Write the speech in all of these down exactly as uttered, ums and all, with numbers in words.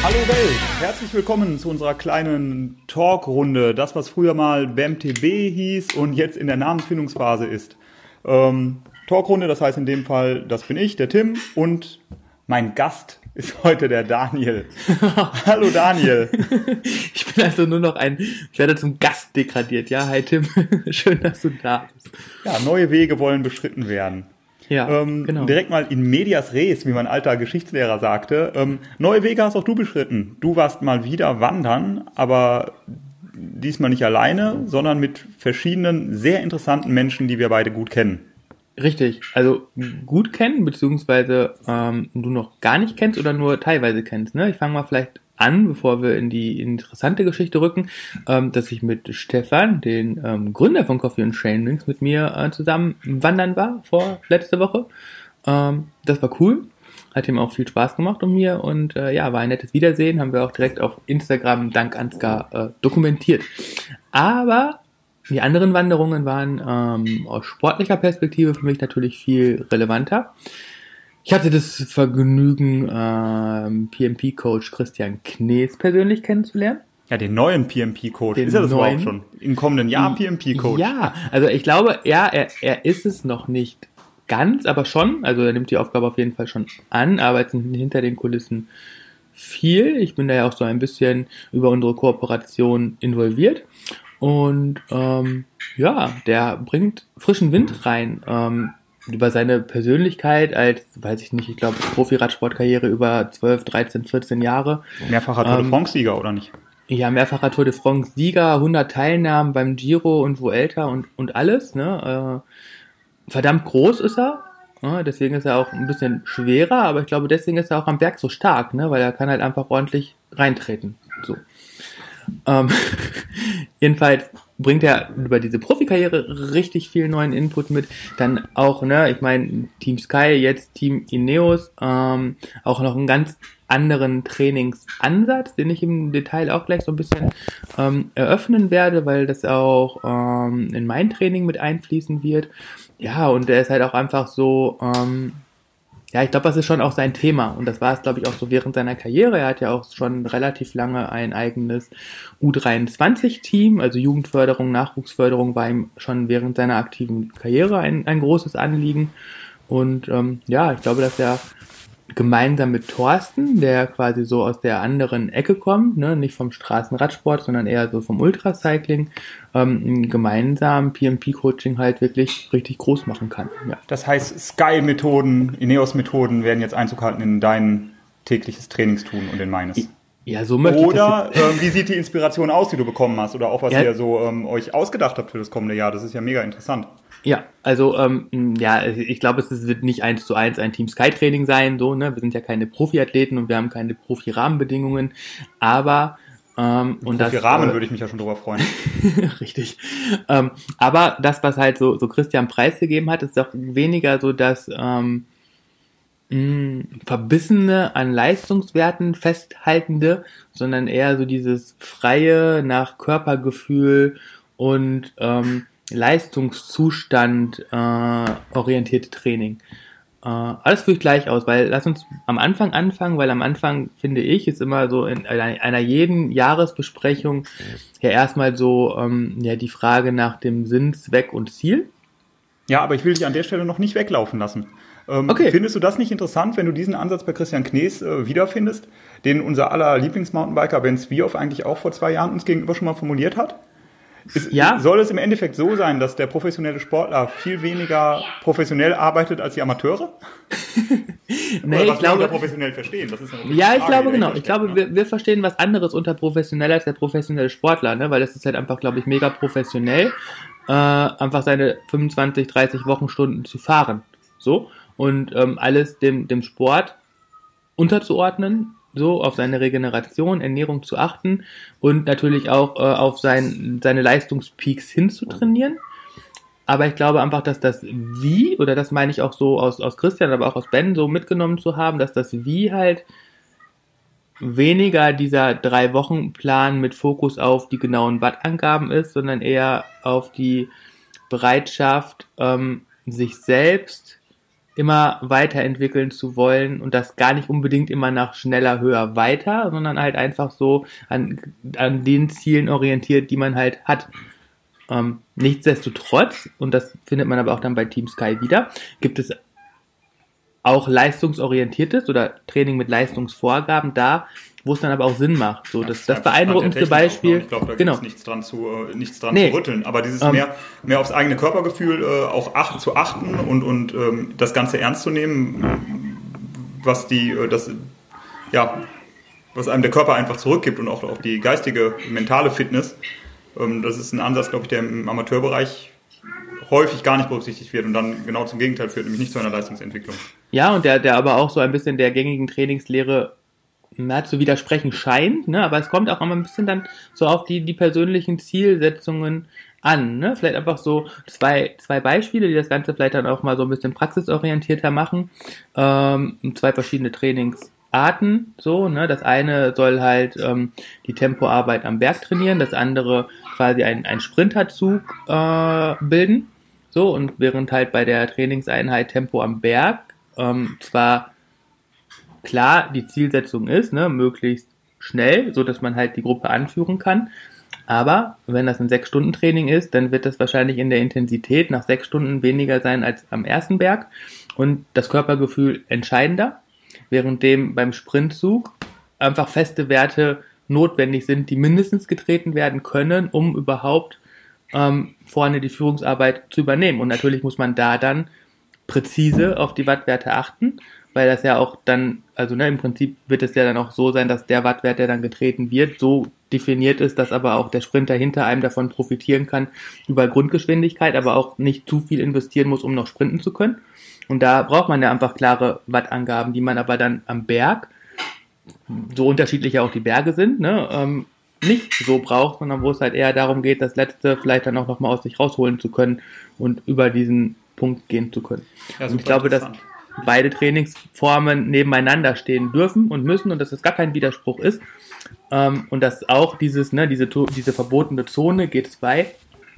Hallo Welt, herzlich willkommen zu unserer kleinen Talkrunde. Das, was früher mal B M T B hieß und jetzt in der Namensfindungsphase ist. Ähm, Talkrunde, das heißt in dem Fall, das bin ich, der Tim, und mein Gast ist heute der Daniel. Hallo Daniel. Ich bin also nur noch ein, ich werde zum Gast degradiert. Ja, hi Tim, schön, dass du da bist. Ja, neue Wege wollen beschritten werden. Ja, ähm, genau. Direkt mal in medias res, wie mein alter Geschichtslehrer sagte. Ähm, neue Wege hast auch du beschritten. Du warst mal wieder wandern, aber diesmal nicht alleine, sondern mit verschiedenen, sehr interessanten Menschen, die wir beide gut kennen. Richtig, also gut kennen, beziehungsweise ähm, du noch gar nicht kennst oder nur teilweise kennst. Ne? Ich fange mal vielleicht an, bevor wir in die interessante Geschichte rücken, ähm, dass ich mit Stefan, den ähm, Gründer von Coffee and Chainrings, mit mir äh, zusammen wandern war vor letzte Woche. Ähm, das war cool, hat ihm auch viel Spaß gemacht um mir und äh, ja, war ein nettes Wiedersehen, haben wir auch direkt auf Instagram dank Ansgar äh, dokumentiert. Aber die anderen Wanderungen waren ähm, aus sportlicher Perspektive für mich natürlich viel relevanter. Ich hatte das Vergnügen, ähm, P M P-Coach Christian Knees persönlich kennenzulernen. Ja, den neuen P M P-Coach. Ist er das neuen, überhaupt schon? Im kommenden Jahr P M P-Coach? Ja, also ich glaube, ja, er, er ist es noch nicht ganz, aber schon. Also er nimmt die Aufgabe auf jeden Fall schon an, arbeitet hinter den Kulissen viel. Ich bin da ja auch so ein bisschen über unsere Kooperation involviert. Und ähm, ja, der bringt frischen Wind rein. Ähm, über seine Persönlichkeit als, weiß ich nicht, ich glaube, Profi-Radsportkarriere über zwölf, dreizehn, vierzehn Jahre. Mehrfacher Tour de Ähm, France-Sieger, oder nicht? Ja, mehrfacher Tour de France-Sieger, hundert Teilnahmen beim Giro und Vuelta und, und alles. Ne? Äh, verdammt groß ist er. Ja, deswegen ist er auch ein bisschen schwerer, aber ich glaube, deswegen ist er auch am Berg so stark, ne? Weil er kann halt einfach ordentlich reintreten. So. Ähm, jedenfalls bringt er über diese Profikarriere richtig viel neuen Input mit. Dann auch, ne, ich meine, Team Sky, jetzt Team Ineos, ähm, auch noch einen ganz anderen Trainingsansatz, den ich im Detail auch gleich so ein bisschen ähm, eröffnen werde, weil das auch ähm, in mein Training mit einfließen wird. Ja, und er ist halt auch einfach so, ähm, ja, ich glaube, das ist schon auch sein Thema und das war es, glaube ich, auch so während seiner Karriere. Er hat ja auch schon relativ lange ein eigenes U dreiundzwanzig-Team, also Jugendförderung, Nachwuchsförderung war ihm schon während seiner aktiven Karriere ein, ein großes Anliegen und ähm, ja, ich glaube, dass er gemeinsam mit Thorsten, der quasi so aus der anderen Ecke kommt, ne, nicht vom Straßenradsport, sondern eher so vom Ultracycling, ähm, gemeinsam P M P-Coaching halt wirklich richtig groß machen kann. Ja. Das heißt, Sky-Methoden, Ineos-Methoden werden jetzt Einzug halten in dein tägliches Trainingstun und in meines. Ja, so möchte Oder ich das ähm, wie sieht die Inspiration aus, die du bekommen hast? Oder auch, was Ja. ihr so ähm, euch ausgedacht habt für das kommende Jahr? Das ist ja mega interessant. Ja, also ähm, ja, ich glaube, es wird nicht eins zu eins ein Team Sky Training sein, so, ne? Wir sind ja keine Profiathleten und wir haben keine Profi-Rahmenbedingungen, aber ähm, und das Profi-Rahmen äh, würde ich mich ja schon drüber freuen. richtig. Ähm, aber das, was halt so, so Christian preisgegeben hat, ist doch weniger so das ähm, mh, verbissene an Leistungswerten festhaltende, sondern eher so dieses freie nach Körpergefühl und ähm, Leistungszustand äh, orientierte Training. Äh, alles führt gleich aus, weil lass uns am Anfang anfangen, weil am Anfang, finde ich, ist immer so in einer, einer jeden Jahresbesprechung ja erstmal so ähm, ja die Frage nach dem Sinn, Zweck und Ziel. Ja, aber ich will dich an der Stelle noch nicht weglaufen lassen. Ähm, Okay. Findest du das nicht interessant, wenn du diesen Ansatz bei Christian Knees äh, wiederfindest, den unser aller Lieblingsmountainbiker Ben Zwiehoff eigentlich auch vor zwei Jahren uns gegenüber schon mal formuliert hat? Ist, Ja. Soll es im Endeffekt so sein, dass der professionelle Sportler viel weniger professionell arbeitet als die Amateure? Nee, Oder ich was wir glaube, unter professionell verstehen? Das ist eine ja, ich Frage, glaube die genau. dahinter Ich glaube, steckt, ne? wir, wir verstehen was anderes unter professionell als der professionelle Sportler, ne? Weil das ist halt einfach, glaube ich, mega professionell, äh, einfach seine fünfundzwanzig, dreißig Wochenstunden zu fahren. So. Und ähm, alles dem, dem Sport unterzuordnen, so auf seine Regeneration, Ernährung zu achten und natürlich auch äh, auf sein, seine Leistungspeaks hinzutrainieren. Aber ich glaube einfach, dass das Wie, oder das meine ich auch so aus, aus Christian, aber auch aus Ben so mitgenommen zu haben, dass das Wie halt weniger dieser Drei-Wochen-Plan mit Fokus auf die genauen Wattangaben ist, sondern eher auf die Bereitschaft, ähm, sich selbst immer weiterentwickeln zu wollen und das gar nicht unbedingt immer nach schneller, höher, weiter, sondern halt einfach so an, an den Zielen orientiert, die man halt hat. Ähm, nichtsdestotrotz, und das findet man aber auch dann bei Team Sky wieder, gibt es auch leistungsorientiertes oder Training mit Leistungsvorgaben da, wo es dann aber auch Sinn macht. So, das, das beeindruckendste Beispiel. Ich glaube, da genau. gibt es nichts dran zu, äh, nichts dran nee. zu rütteln. Aber dieses ähm, mehr, mehr aufs eigene Körpergefühl äh, auch acht, zu achten und, und ähm, das Ganze ernst zu nehmen, was die, äh, das, ja, was einem der Körper einfach zurückgibt und auch, auch die geistige, mentale Fitness. Ähm, das ist ein Ansatz, glaube ich, der im Amateurbereich häufig gar nicht berücksichtigt wird und dann genau zum Gegenteil führt, nämlich nicht zu einer Leistungsentwicklung. Ja, und der, der aber auch so ein bisschen der gängigen Trainingslehre na, zu widersprechen scheint, ne? Aber es kommt auch immer ein bisschen dann so auf die, die persönlichen Zielsetzungen an, ne? Vielleicht einfach so zwei, zwei Beispiele, die das Ganze vielleicht dann auch mal so ein bisschen praxisorientierter machen. Ähm, zwei verschiedene Trainingsarten, so, ne? Das eine soll halt ähm, die Tempoarbeit am Berg trainieren, das andere quasi ein, ein Sprinterzug äh, bilden. So, und während halt bei der Trainingseinheit Tempo am Berg ähm, zwar klar die Zielsetzung ist, ne, möglichst schnell, so dass man halt die Gruppe anführen kann. Aber wenn das ein sechs Stunden Training ist, dann wird das wahrscheinlich in der Intensität nach sechs Stunden weniger sein als am ersten Berg und das Körpergefühl entscheidender, währenddem beim Sprintzug einfach feste Werte notwendig sind, die mindestens getreten werden können, um überhaupt ähm, vorne die Führungsarbeit zu übernehmen. Und natürlich muss man da dann präzise auf die Wattwerte achten, weil das ja auch dann, also ne, im Prinzip wird es ja dann auch so sein, dass der Wattwert, der dann getreten wird, so definiert ist, dass aber auch der Sprinter hinter einem davon profitieren kann über Grundgeschwindigkeit, aber auch nicht zu viel investieren muss, um noch sprinten zu können. Und da braucht man ja einfach klare Wattangaben, die man aber dann am Berg, so unterschiedlich ja auch die Berge sind, ne, ähm, nicht so braucht, sondern wo es halt eher darum geht, das Letzte vielleicht dann auch nochmal aus sich rausholen zu können und über diesen Punkt gehen zu können. Ja, und ich glaube, dass beide Trainingsformen nebeneinander stehen dürfen und müssen und dass es gar kein Widerspruch ist. Ähm, und dass auch dieses, ne, diese, diese verbotene Zone G zwei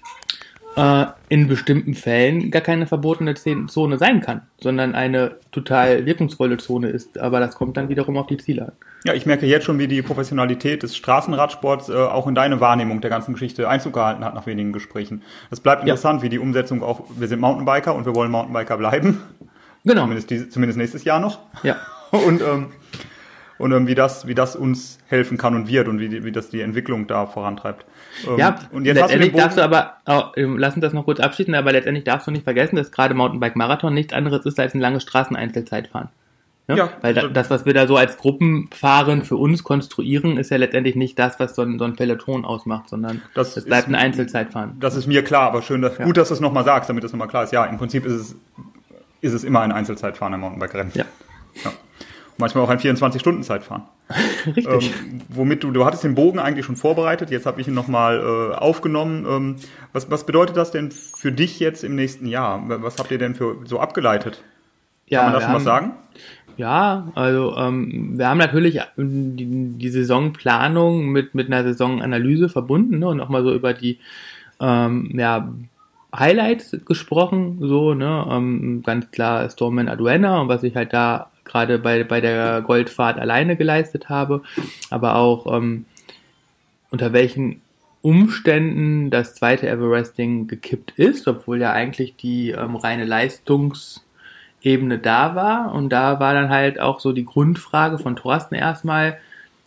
äh, in bestimmten Fällen gar keine verbotene Zone sein kann, sondern eine total wirkungsvolle Zone ist. Aber das kommt dann wiederum auf die Ziele an. Ja, ich merke jetzt schon, wie die Professionalität des Straßenradsports äh, auch in deine Wahrnehmung der ganzen Geschichte Einzug gehalten hat nach wenigen Gesprächen. Es bleibt interessant, ja, wie die Umsetzung auch, wir sind Mountainbiker und wir wollen Mountainbiker bleiben. Genau. Zumindest, diese, zumindest nächstes Jahr noch. Ja. Und, ähm, und ähm, wie das, wie das uns helfen kann und wird und wie, wie das die Entwicklung da vorantreibt. Ähm, ja, und jetzt letztendlich hast du darfst du aber, oh, lass uns das noch kurz abschließen, aber letztendlich darfst du nicht vergessen, dass gerade Mountainbike-Marathon nichts anderes ist als ein langes Straßeneinzelzeitfahren. Ne? Ja, weil da, das, was wir da so als Gruppenfahren für uns konstruieren, ist ja letztendlich nicht das, was so ein, so ein Peloton ausmacht, sondern das, das bleibt ist, ein Einzelzeitfahren. Das ist mir klar, aber schön, dass, ja. gut, dass du es nochmal sagst, damit das nochmal klar ist. Ja, im Prinzip ist es, ist es immer ein Einzelzeitfahren im Mountainbike-Rennen. Ja. Ja. Manchmal auch ein vierundzwanzig-Stunden-Zeitfahren. Richtig. Ähm, womit du, du hattest den Bogen eigentlich schon vorbereitet, jetzt habe ich ihn nochmal äh, aufgenommen. Ähm, was, was bedeutet das denn für dich jetzt im nächsten Jahr? Was habt ihr denn für so abgeleitet? Ja, kann man da schon haben, was sagen? Ja, also ähm, wir haben natürlich die, die Saisonplanung mit, mit einer Saisonanalyse verbunden, ne, und auch mal so über die ähm, ja, Highlights gesprochen, so, ne, ähm, ganz klar Stormman Aduana und was ich halt da gerade bei, bei der Goldfahrt alleine geleistet habe, aber auch ähm, unter welchen Umständen das zweite Everesting gekippt ist, obwohl ja eigentlich die ähm, reine Leistungsebene da war, und da war dann halt auch so die Grundfrage von Thorsten erstmal,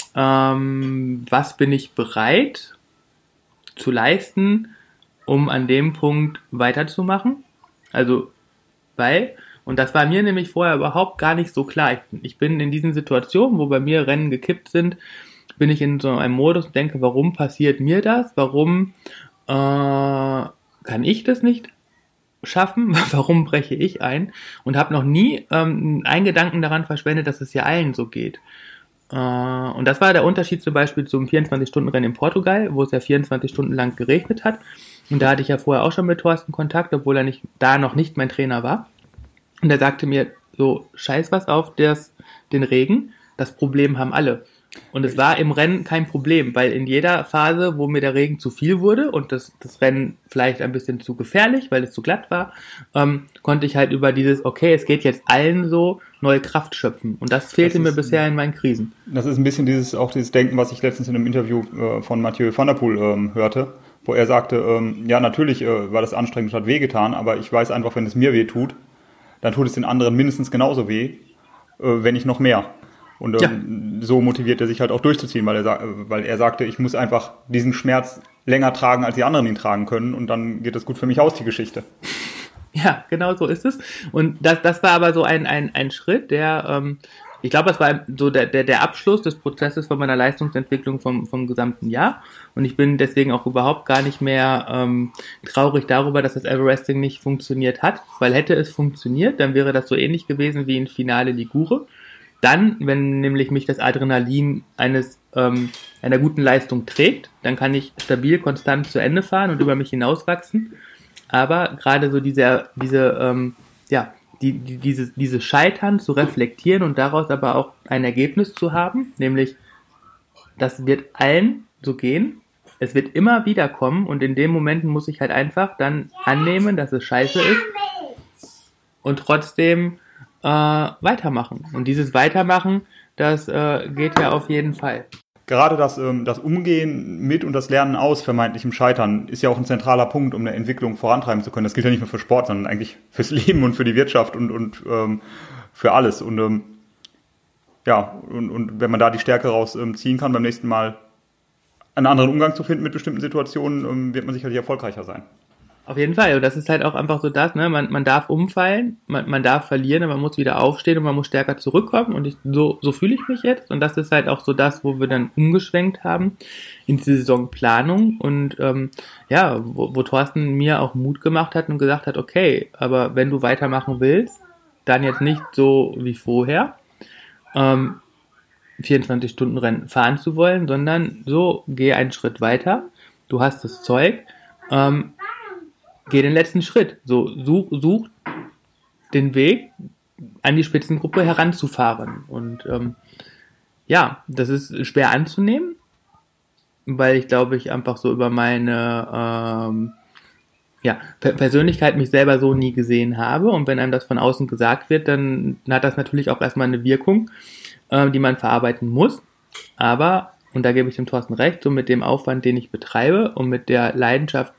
ähm, was bin ich bereit zu leisten, um an dem Punkt weiterzumachen, also weil, und das war mir nämlich vorher überhaupt gar nicht so klar, ich, ich bin in diesen Situationen, wo bei mir Rennen gekippt sind, bin ich in so einem Modus und denke, warum passiert mir das, warum äh, kann ich das nicht schaffen, warum breche ich ein, und habe noch nie ähm, einen Gedanken daran verschwendet, dass es ja allen so geht. Äh, und das war der Unterschied zum Beispiel zum vierundzwanzig-Stunden-Rennen in Portugal, wo es ja vierundzwanzig Stunden lang geregnet hat, und da hatte ich ja vorher auch schon mit Thorsten Kontakt, obwohl er nicht, da noch nicht mein Trainer war, und er sagte mir so, scheiß was auf das, den Regen, das Problem haben alle. Und es war im Rennen kein Problem, weil in jeder Phase, wo mir der Regen zu viel wurde und das, das Rennen vielleicht ein bisschen zu gefährlich, weil es zu glatt war, ähm, konnte ich halt über dieses, okay, es geht jetzt allen so, neue Kraft schöpfen. Und das fehlte das ist, mir bisher in meinen Krisen. Das ist ein bisschen dieses, auch dieses Denken, was ich letztens in einem Interview äh, von Mathieu van der Poel ähm, hörte, wo er sagte, ähm, ja, natürlich äh, war das anstrengend und hat wehgetan, aber ich weiß einfach, wenn es mir weh tut, dann tut es den anderen mindestens genauso weh, äh, wenn nicht noch mehr. Und ähm, ja. so motiviert er sich halt auch durchzuziehen, weil er, weil er sagte, ich muss einfach diesen Schmerz länger tragen, als die anderen ihn tragen können, und dann geht es gut für mich aus, die Geschichte. Ja, genau so ist es. Und das, das war aber so ein, ein, ein Schritt, der, ähm, ich glaube, das war so der, der, der Abschluss des Prozesses von meiner Leistungsentwicklung vom, vom gesamten Jahr. Und ich bin deswegen auch überhaupt gar nicht mehr ähm, traurig darüber, dass das Everesting nicht funktioniert hat, weil hätte es funktioniert, dann wäre das so ähnlich gewesen wie ein Finale Ligure. Dann, wenn nämlich mich das Adrenalin eines ähm, einer guten Leistung trägt, dann kann ich stabil, konstant zu Ende fahren und über mich hinauswachsen. Aber gerade so diese, diese, ähm, ja, die, die, dieses, dieses Scheitern zu reflektieren und daraus aber auch ein Ergebnis zu haben, nämlich, das wird allen so gehen, es wird immer wieder kommen, und in den Momenten muss ich halt einfach dann annehmen, dass es scheiße ist und trotzdem Äh, weitermachen. Und dieses Weitermachen, das äh, geht ja auf jeden Fall. Gerade das, ähm, das Umgehen mit und das Lernen aus vermeintlichem Scheitern ist ja auch ein zentraler Punkt, um eine Entwicklung vorantreiben zu können. Das gilt ja nicht nur für Sport, sondern eigentlich fürs Leben und für die Wirtschaft und, und ähm, für alles. Und ähm, ja, und, und wenn man da die Stärke raus ähm, ziehen kann, beim nächsten Mal einen anderen Umgang zu finden mit bestimmten Situationen, ähm, wird man sicherlich erfolgreicher sein. Auf jeden Fall. Und das ist halt auch einfach so das, ne, man, man darf umfallen, man, man darf verlieren, aber man muss wieder aufstehen und man muss stärker zurückkommen, und ich, so, so fühle ich mich jetzt, und das ist halt auch so das, wo wir dann umgeschwenkt haben in die Saisonplanung, und ähm, ja, wo, wo Thorsten mir auch Mut gemacht hat und gesagt hat, okay, aber wenn du weitermachen willst, dann jetzt nicht so wie vorher, ähm, vierundzwanzig-Stunden-Rennen fahren zu wollen, sondern so, geh einen Schritt weiter, du hast das Zeug, ähm, geh den letzten Schritt. So, such, such den Weg, an die Spitzengruppe heranzufahren. Und ähm, ja, das ist schwer anzunehmen, weil ich glaube, ich einfach so über meine ähm, ja, per- Persönlichkeit mich selber so nie gesehen habe. Und wenn einem das von außen gesagt wird, dann hat das natürlich auch erstmal eine Wirkung, äh, die man verarbeiten muss. Aber, und da gebe ich dem Thorsten recht, so mit dem Aufwand, den ich betreibe und mit der Leidenschaft,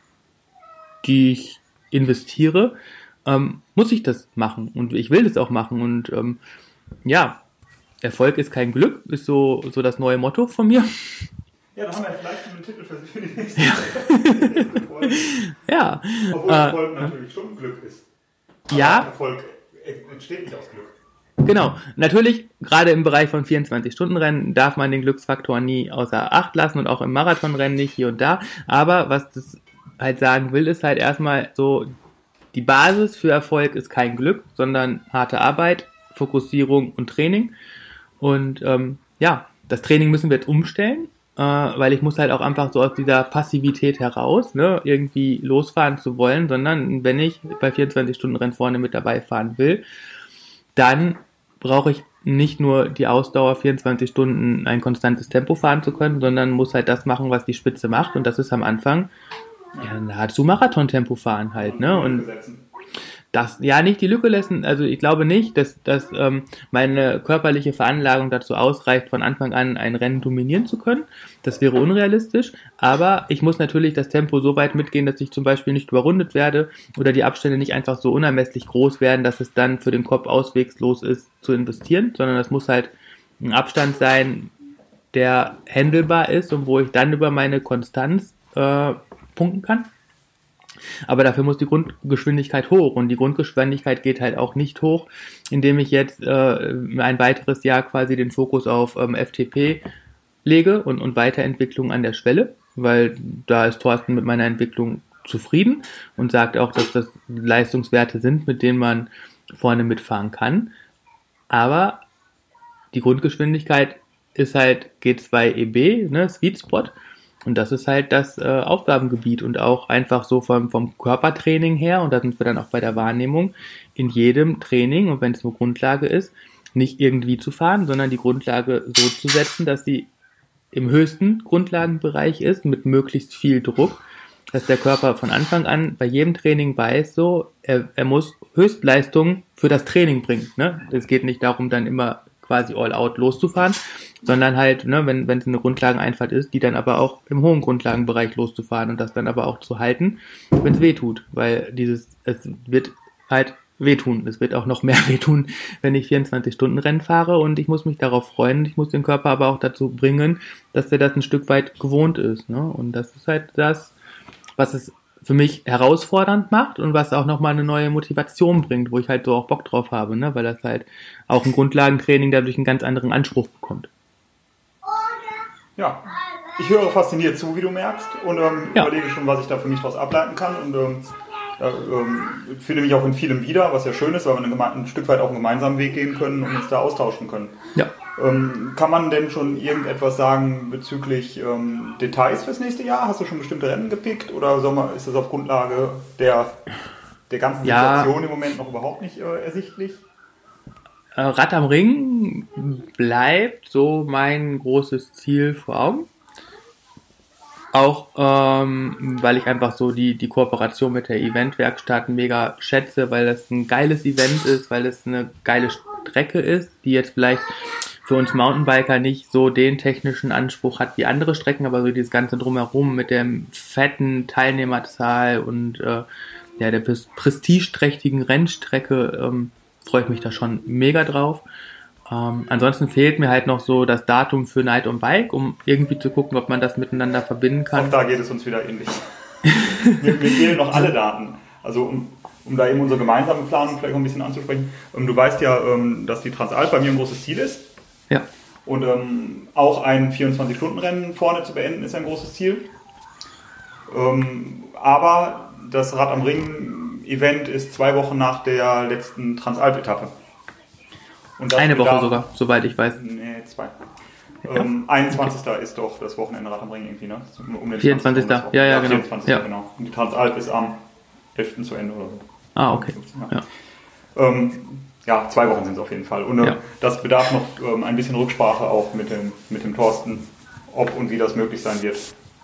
die ich investiere, ähm, muss ich das machen, und ich will das auch machen, und ähm, ja, Erfolg ist kein Glück, ist so, so das neue Motto von mir. Ja, da haben wir vielleicht einen Titel für die nächste, ja. nächste Folge. Ja. Obwohl äh, Erfolg natürlich schon Glück ist. Aber ja. Erfolg entsteht nicht aus Glück. Genau, natürlich, gerade im Bereich von vierundzwanzig-Stunden-Rennen darf man den Glücksfaktor nie außer Acht lassen, und auch im Marathonrennen nicht, hier und da, aber was das halt sagen will, ist halt erstmal so, die Basis für Erfolg ist kein Glück, sondern harte Arbeit, Fokussierung und Training. Und ähm, ja, das Training müssen wir jetzt umstellen, äh, weil ich muss halt auch einfach so aus dieser Passivität heraus, ne, irgendwie losfahren zu wollen, sondern wenn ich bei vierundzwanzig-Stunden-Rennen vorne mit dabei fahren will, dann brauche ich nicht nur die Ausdauer, vierundzwanzig Stunden ein konstantes Tempo fahren zu können, sondern muss halt das machen, was die Spitze macht, und das ist am Anfang ja, nahezu Marathontempo fahren halt, ne? Und das, ja, nicht die Lücke lassen, also ich glaube nicht, dass, dass ähm, meine körperliche Veranlagung dazu ausreicht, von Anfang an ein Rennen dominieren zu können. Das wäre unrealistisch, aber ich muss natürlich das Tempo so weit mitgehen, dass ich zum Beispiel nicht überrundet werde oder die Abstände nicht einfach so unermesslich groß werden, dass es dann für den Kopf auswegslos ist, zu investieren, sondern das muss halt ein Abstand sein, der handelbar ist und wo ich dann über meine Konstanz äh, punkten kann. Aber dafür muss die Grundgeschwindigkeit hoch, und die Grundgeschwindigkeit geht halt auch nicht hoch, indem ich jetzt äh, ein weiteres Jahr quasi den Fokus auf ähm, F T P lege und, und Weiterentwicklung an der Schwelle, weil da ist Thorsten mit meiner Entwicklung zufrieden und sagt auch, dass das Leistungswerte sind, mit denen man vorne mitfahren kann. Aber die Grundgeschwindigkeit ist halt G zwei E B, ne, Sweet Spot. Und das ist halt das äh, Aufgabengebiet, und auch einfach so vom, vom Körpertraining her, und da sind wir dann auch bei der Wahrnehmung, in jedem Training, und wenn es nur Grundlage ist, nicht irgendwie zu fahren, sondern die Grundlage so zu setzen, dass sie im höchsten Grundlagenbereich ist, mit möglichst viel Druck, dass der Körper von Anfang an bei jedem Training weiß, so, er, er muss Höchstleistung für das Training bringen. Ne? Es geht nicht darum, dann immer quasi all out loszufahren, sondern halt, ne, wenn wenn es eine Grundlageneinfahrt ist, die dann aber auch im hohen Grundlagenbereich loszufahren und das dann aber auch zu halten, wenn es weh tut, weil dieses, es wird halt wehtun. Es wird auch noch mehr wehtun, wenn ich vierundzwanzig Stunden Rennen fahre und ich muss mich darauf freuen. Ich muss den Körper aber auch dazu bringen, dass er das ein Stück weit gewohnt ist. Ne? Und das ist halt das, was es für mich herausfordernd macht und was auch nochmal eine neue Motivation bringt, wo ich halt so auch Bock drauf habe, ne? Weil das halt auch ein Grundlagentraining dadurch einen ganz anderen Anspruch bekommt. Ja, ich höre fasziniert zu, wie du merkst, und ähm, ja. überlege schon, was ich da für mich daraus ableiten kann, und ähm, da, ähm, finde mich auch in vielem wieder, was ja schön ist, weil wir ein, ein Stück weit auch einen gemeinsamen Weg gehen können und uns da austauschen können. Ja. Ähm, kann man denn schon irgendetwas sagen bezüglich ähm, Details fürs nächste Jahr? Hast du schon bestimmte Rennen gepickt, oder soll man, ist das auf Grundlage der, der ganzen ja. Situation im Moment noch überhaupt nicht äh, ersichtlich? Äh, Rad am Ring bleibt so mein großes Ziel vor Augen. Auch ähm, weil ich einfach so die, die Kooperation mit der Eventwerkstatt mega schätze, weil das ein geiles Event ist, weil es eine geile Strecke ist, die jetzt vielleicht für uns Mountainbiker nicht so den technischen Anspruch hat wie andere Strecken, aber so dieses ganze Drumherum mit der fetten Teilnehmerzahl und äh, ja, der prestigeträchtigen Rennstrecke ähm, freue ich mich da schon mega drauf. Ähm, ansonsten fehlt mir halt noch so das Datum für Night on Bike, um irgendwie zu gucken, ob man das miteinander verbinden kann. Auch da geht es uns wieder ähnlich. mir, mir fehlen noch alle Daten. Also um, um da eben unsere gemeinsame Planung vielleicht noch ein bisschen anzusprechen. Ähm, du weißt ja, ähm, dass die Transalp bei mir ein großes Ziel ist. Ja. Und ähm, auch ein vierundzwanzig-Stunden-Rennen vorne zu beenden ist ein großes Ziel. Ähm, aber das Rad am Ring-Event ist zwei Wochen nach der letzten Transalp-Etappe. Eine Woche sogar, soweit ich weiß. Nee, zwei. Ja. Ähm, einundzwanzigster Okay. ist doch das Wochenende Rad am Ring irgendwie, ne? Um den vierundzwanzigster Ja, ja, ja, genau. vierundzwanzigster Ja. Genau. Und die Transalp ist am elften zu Ende oder so. Ah, okay. Ja, ja. Ähm, ja zwei Wochen sind es auf jeden Fall. Und äh, ja. das bedarf noch ähm, ein bisschen Rücksprache auch mit dem, mit dem Thorsten, ob und wie das möglich sein wird.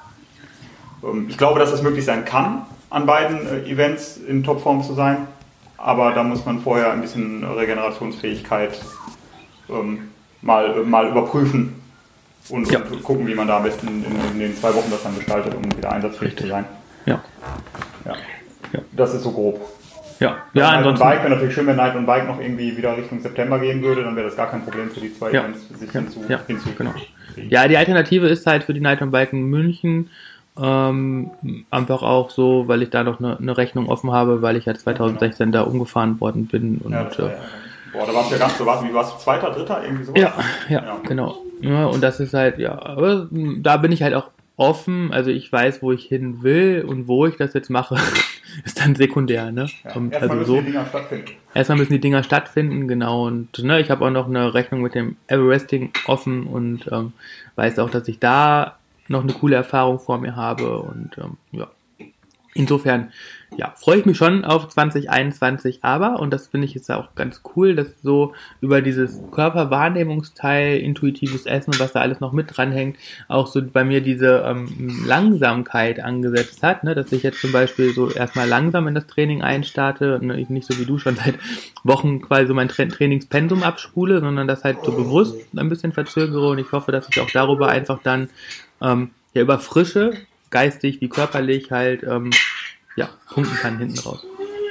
Ähm, ich glaube, dass es möglich sein kann, an beiden äh, Events in Topform zu sein. Aber da muss man vorher ein bisschen Regenerationsfähigkeit ähm, mal, äh, mal überprüfen und, ja. und gucken, wie man da am besten in, in den zwei Wochen das dann gestaltet, um wieder einsatzfähig Richtig. zu sein. Ja. Ja. ja. Das ist so grob. Ja, ja, Night ansonsten. Bike wäre natürlich schön, wenn Night on Bike noch irgendwie wieder Richtung September gehen würde, dann wäre das gar kein Problem für die zwei ja. Events, sich ja. hinzu, ja. hinzu genau. Ja, die Alternative ist halt für die Night on Bike in München. Ähm, einfach auch so, weil ich da noch eine, eine Rechnung offen habe, weil ich ja zweitausendsechzehn da umgefahren worden bin. Und, ja, das war, ja. Boah, da warst du ja ganz so, warst, wie warst du, Zweiter, Dritter, irgendwie sowas? Ja, ja, ja. genau. Ja, und das ist halt, ja, aber da bin ich halt auch offen, also ich weiß, wo ich hin will und wo ich das jetzt mache, ist dann sekundär, ne? Ja, und erstmal also müssen so, die Dinger stattfinden. Erstmal müssen die Dinger stattfinden, genau, und ne, ich habe auch noch eine Rechnung mit dem Everesting offen und ähm, weiß auch, dass ich da noch eine coole Erfahrung vor mir habe und ähm, ja, insofern ja, freue ich mich schon auf zwanzig einundzwanzig, aber, und das finde ich jetzt auch ganz cool, dass so über dieses Körperwahrnehmungsteil, intuitives Essen und was da alles noch mit dranhängt, auch so bei mir diese ähm, Langsamkeit angesetzt hat, ne, dass ich jetzt zum Beispiel so erstmal langsam in das Training einstarte, ne, ich nicht so wie du schon seit Wochen quasi so mein Tra- Trainingspensum abspule, sondern das halt so bewusst ein bisschen verzögere und ich hoffe, dass ich auch darüber einfach dann ähm, ja über Frische, geistig wie körperlich halt ähm, ja, punkten kann hinten raus.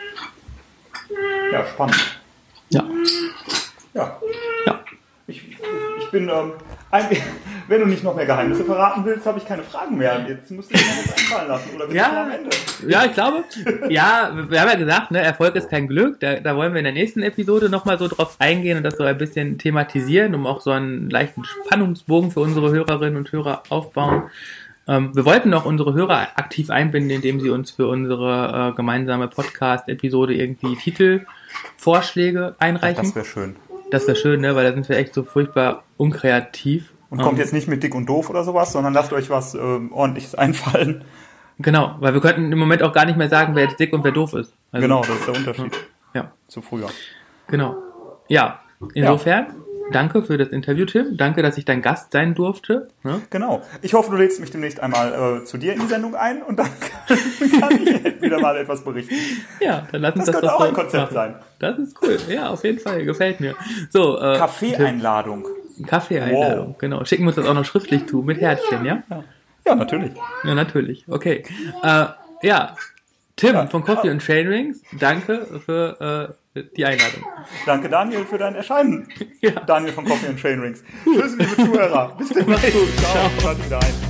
Ja, spannend. Ja. Ja. Ja. Ich, ich bin, ähm, ein, wenn du nicht noch mehr Geheimnisse verraten willst, habe ich keine Fragen mehr. Jetzt musst du dir noch was einfallen lassen. Oder bist ja, du schon am Ende? Ja, ich glaube, ja, wir haben ja gesagt, ne, Erfolg ist kein Glück. Da, da wollen wir in der nächsten Episode nochmal so drauf eingehen und das so ein bisschen thematisieren, um auch so einen leichten Spannungsbogen für unsere Hörerinnen und Hörer aufbauen. Ähm, wir wollten noch unsere Hörer aktiv einbinden, indem sie uns für unsere äh, gemeinsame Podcast-Episode irgendwie Titelvorschläge einreichen. Das wäre schön. Das wäre schön, ne, weil da sind wir echt so furchtbar unkreativ. Und kommt ähm, jetzt nicht mit dick und doof oder sowas, sondern lasst euch was ähm, Ordentliches einfallen. Genau, weil wir könnten im Moment auch gar nicht mehr sagen, wer jetzt dick und wer doof ist. Also, genau, das ist der Unterschied. Ja. Zu früher. Genau. Ja, Insofern, ja. Danke für das Interview, Tim. Danke, dass ich dein Gast sein durfte. Ne? Genau. Ich hoffe, du lädst mich demnächst einmal äh, zu dir in die Sendung ein und dann kann ich wieder mal etwas berichten. Ja, dann lass uns das das könnte doch auch so ein Konzept machen. sein. Das ist cool. Ja, auf jeden Fall. Gefällt mir. So, äh, Kaffeeeinladung. Kaffeeeinladung, wow. Genau. Schicken wir uns das auch noch schriftlich zu, mit Herzchen, ja? Ja, ja natürlich. Ja, natürlich. Okay. Äh, ja, Tim ja, von Coffee ja. und Chainrings, danke für äh, die Einladung. Danke, Daniel, für dein Erscheinen. Ja. Daniel von Coffee und Chainrings. Tschüss, liebe Zuhörer. Bis demnächst. Ciao. Ciao. Wieder ein.